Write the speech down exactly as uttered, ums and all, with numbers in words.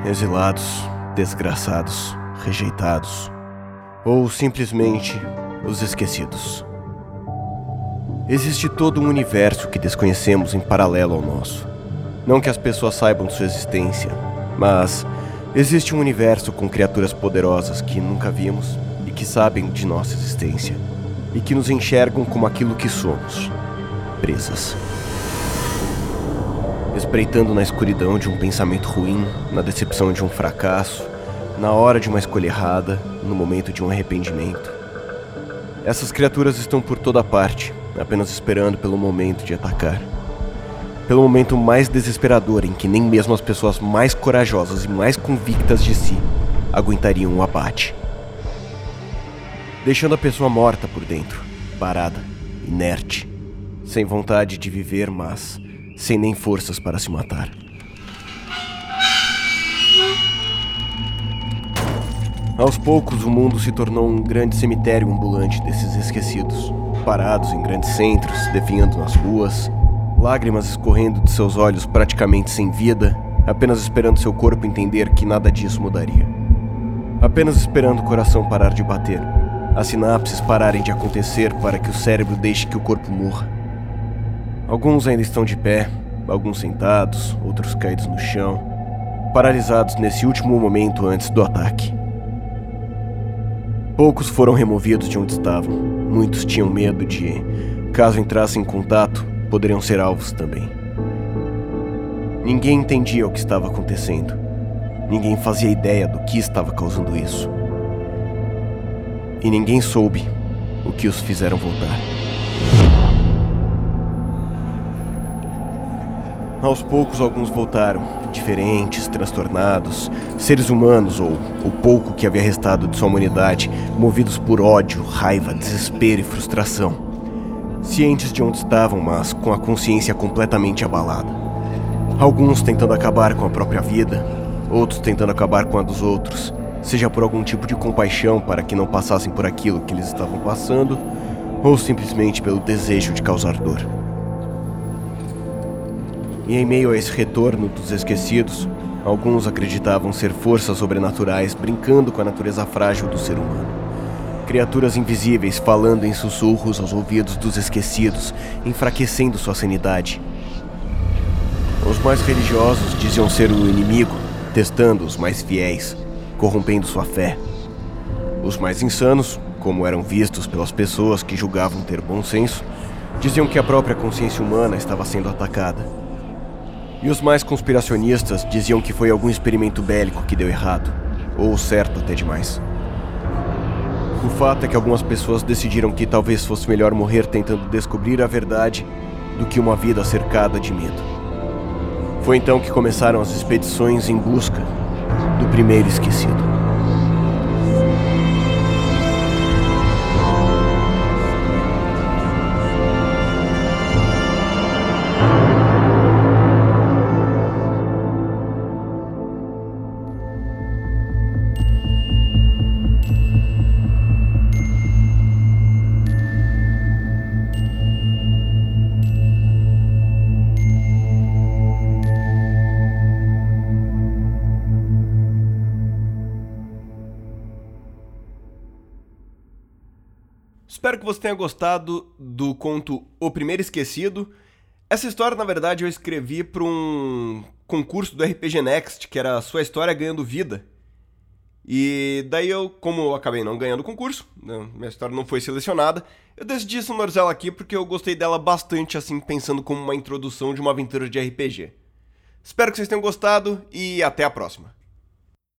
exilados, desgraçados, rejeitados, ou simplesmente os esquecidos. Existe todo um universo que desconhecemos em paralelo ao nosso. Não que as pessoas saibam de sua existência, mas existe um universo com criaturas poderosas que nunca vimos e que sabem de nossa existência, e que nos enxergam como aquilo que somos, presas. Espreitando na escuridão de um pensamento ruim, na decepção de um fracasso, na hora de uma escolha errada, no momento de um arrependimento. Essas criaturas estão por toda parte, apenas esperando pelo momento de atacar. Pelo momento mais desesperador em que nem mesmo as pessoas mais corajosas e mais convictas de si aguentariam o abate. Deixando a pessoa morta por dentro, parada, inerte, sem vontade de viver, mas sem nem forças para se matar. Aos poucos, o mundo se tornou um grande cemitério ambulante desses esquecidos, parados em grandes centros, definhando nas ruas, lágrimas escorrendo de seus olhos praticamente sem vida, apenas esperando seu corpo entender que nada disso mudaria. Apenas esperando o coração parar de bater, as sinapses pararem de acontecer para que o cérebro deixe que o corpo morra. Alguns ainda estão de pé, alguns sentados, outros caídos no chão, paralisados nesse último momento antes do ataque. Poucos foram removidos de onde estavam, muitos tinham medo de, caso entrassem em contato, poderiam ser alvos também. Ninguém entendia o que estava acontecendo, ninguém fazia ideia do que estava causando isso. E ninguém soube o que os fizeram voltar. Aos poucos, alguns voltaram, diferentes, transtornados, seres humanos ou o pouco que havia restado de sua humanidade, movidos por ódio, raiva, desespero e frustração. Cientes de onde estavam, mas com a consciência completamente abalada. Alguns tentando acabar com a própria vida, outros tentando acabar com a dos outros, seja por algum tipo de compaixão para que não passassem por aquilo que eles estavam passando, ou simplesmente pelo desejo de causar dor. E em meio a esse retorno dos esquecidos, alguns acreditavam ser forças sobrenaturais brincando com a natureza frágil do ser humano. Criaturas invisíveis falando em sussurros aos ouvidos dos esquecidos, enfraquecendo sua sanidade. Os mais religiosos diziam ser o inimigo, testando os mais fiéis, corrompendo sua fé. Os mais insanos, como eram vistos pelas pessoas que julgavam ter bom senso, diziam que a própria consciência humana estava sendo atacada. E os mais conspiracionistas diziam que foi algum experimento bélico que deu errado, ou certo até demais. O fato é que algumas pessoas decidiram que talvez fosse melhor morrer tentando descobrir a verdade do que uma vida cercada de medo. Foi então que começaram as expedições em busca do primeiro esquecido. Espero que você tenha gostado do conto O Primeiro Esquecido. Essa história, na verdade, eu escrevi para um concurso do R P G Next, que era Sua História Ganhando Vida. E daí eu, como eu acabei não ganhando o concurso, minha história não foi selecionada, eu decidi sonorizar ela aqui porque eu gostei dela bastante, assim, pensando como uma introdução de uma aventura de R P G. Espero que vocês tenham gostado e até a próxima.